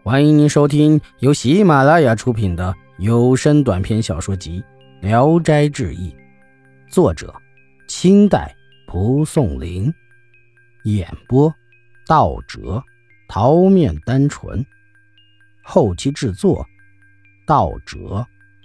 欢迎您收听由喜马拉雅出品的有声短篇小说集《聊斋志异》，作者清代蒲松龄，演播道哲、桃面单纯，后期制作道哲。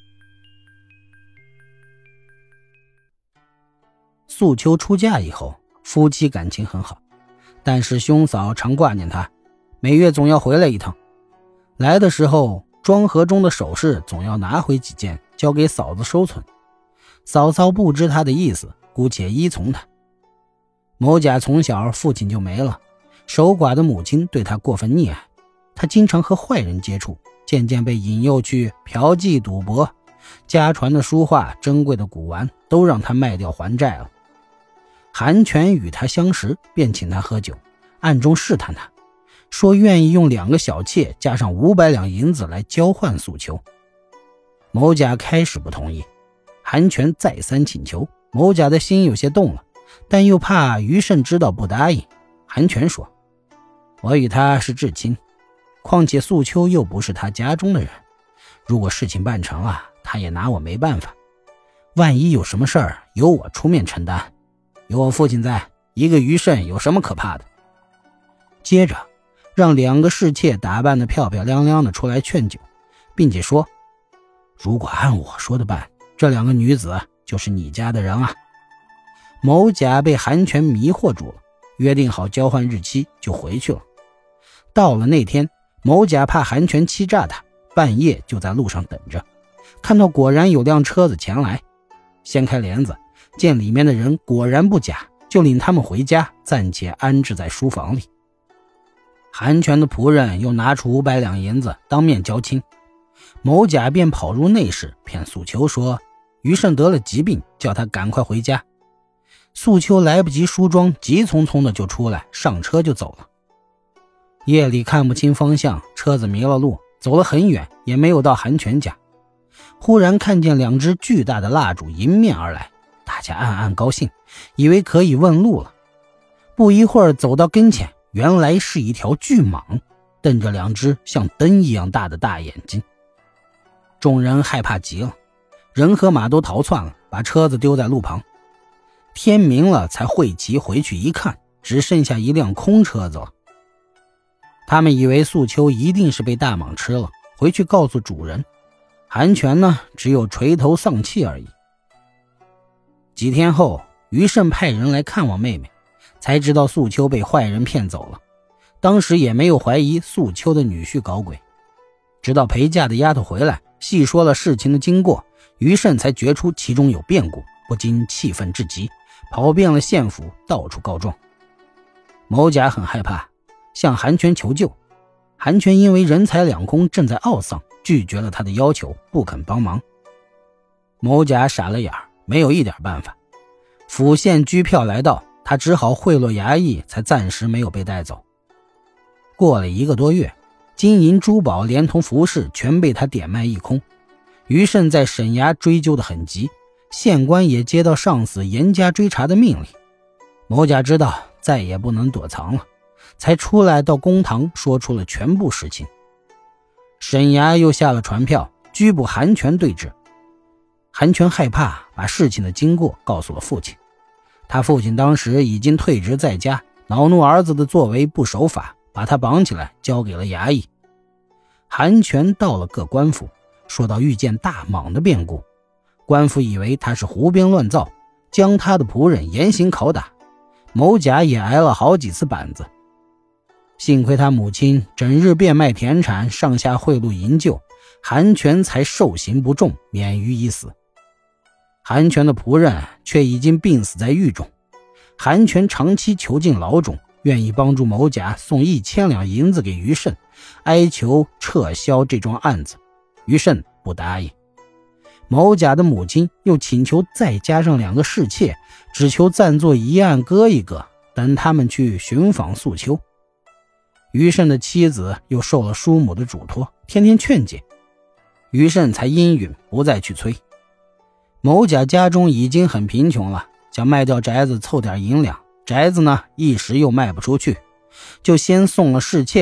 素秋出嫁以后，夫妻感情很好，但是兄嫂常挂念她，每月总要回来一趟。来的时候，装盒中的首饰总要拿回几件，交给嫂子收存。嫂嫂不知他的意思，姑且依从他。某甲从小父亲就没了，守寡的母亲对他过分溺爱，他经常和坏人接触，渐渐被引诱去嫖妓赌博，家传的书画、珍贵的古玩都让他卖掉还债了。韩全与他相识，便请他喝酒，暗中试探他，说愿意用2个小妾加上500两银子来交换素秋。某甲开始不同意，韩全再三请求，某甲的心有些动了，但又怕余慎知道不答应。韩全说，我与他是至亲，况且素秋又不是他家中的人，如果事情办成了，他也拿我没办法，万一有什么事儿，由我出面承担，有我父亲在，一个余慎有什么可怕的。接着让2个侍妾打扮得漂漂亮亮的出来劝酒，并且说，如果按我说的办，这2个女子就是你家的人啊。某甲被韩全迷惑住了，约定好交换日期就回去了。到了那天，某甲怕韩全欺诈他，半夜就在路上等着，看到果然有辆车子前来，掀开帘子，见里面的人果然不假，就领他们回家，暂且安置在书房里。韩全的仆人又拿出500两银子当面交清，某甲便跑入内室骗素秋说余慎得了疾病，叫他赶快回家。素秋来不及梳妆，急匆匆的就出来，上车就走了。夜里看不清方向，车子迷了路，走了很远也没有到韩全家。忽然看见2只巨大的蜡烛迎面而来，大家暗暗高兴，以为可以问路了。不一会儿走到跟前，原来是一条巨蟒，瞪着2只像灯一样大的大眼睛。众人害怕极了，人和马都逃窜了，把车子丢在路旁。天明了才会齐回去一看，只剩下一辆空车子了。他们以为素秋一定是被大蟒吃了，回去告诉主人。韩全呢，只有垂头丧气而已。几天后，余慎派人来看望妹妹，才知道素秋被坏人骗走了。当时也没有怀疑素秋的女婿搞鬼，直到陪嫁的丫头回来，细说了事情的经过，余慎才觉出其中有变故，不禁气愤至极，跑遍了县府，到处告状。某甲很害怕，向韩全求救。韩全因为人财两空，正在懊丧，拒绝了他的要求，不肯帮忙。某甲傻了眼，没有一点办法。府县拘票来到，他只好贿赂衙役，才暂时没有被带走。过了1个多月，金银珠宝连同服饰全被他点卖一空。余慎在沈衙追究的很急，县官也接到上司严加追查的命令。某甲知道再也不能躲藏了，才出来到公堂说出了全部实情。沈衙又下了传票，拘捕韩全对质。韩全害怕，把事情的经过告诉了父亲。他父亲当时已经退职在家，恼怒儿子的作为不守法，把他绑起来交给了衙役。韩全到了各官府，说到遇见大蟒的变故，官府以为他是胡编乱造，将他的仆人严刑拷打。某甲也挨了好几次板子。幸亏他母亲整日变卖田产，上下贿赂营救，韩全才受刑不重，免于一死。韩全的仆人却已经病死在狱中，韩全长期囚禁牢中，愿意帮助某甲送1000两银子给余慎，哀求撤销这桩案子。余慎不答应。某甲的母亲又请求再加上2个侍妾，只求暂作一案搁一个，等他们去寻访素秋。余慎的妻子又受了叔母的嘱托，天天劝解，余慎才应允不再去催。某甲家中已经很贫穷了，想卖掉宅子凑点银两，宅子呢一时又卖不出去，就先送了侍妾来，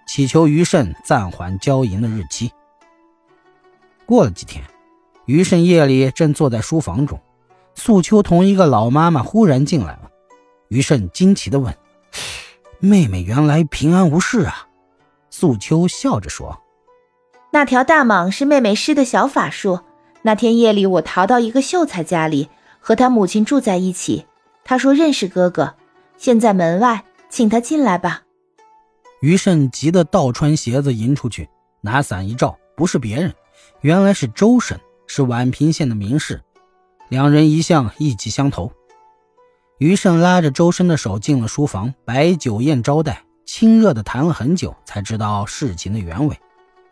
祈求余慎暂缓交银的日期。过了几天，余慎夜里正坐在书房中，素秋同一个老妈妈忽然进来了。余慎惊奇地问：妹妹原来平安无事啊？素秋笑着说： 那条大蟒是妹妹施的小法术，那天夜里我逃到一个秀才家里，和他母亲住在一起，他说认识哥哥，现在门外，请他进来吧。 余慎急得倒穿鞋子迎出去，拿伞一照，不是别人，原来是周婶，是宛平县的名士，两人一向意气相投。余慎拉着周深的手进了书房，摆酒宴招待，亲热地谈了很久，才知道事情的原委。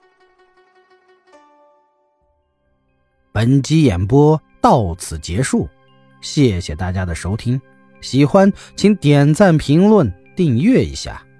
本集演播到此结束，谢谢大家的收听，喜欢请点赞评论订阅一下。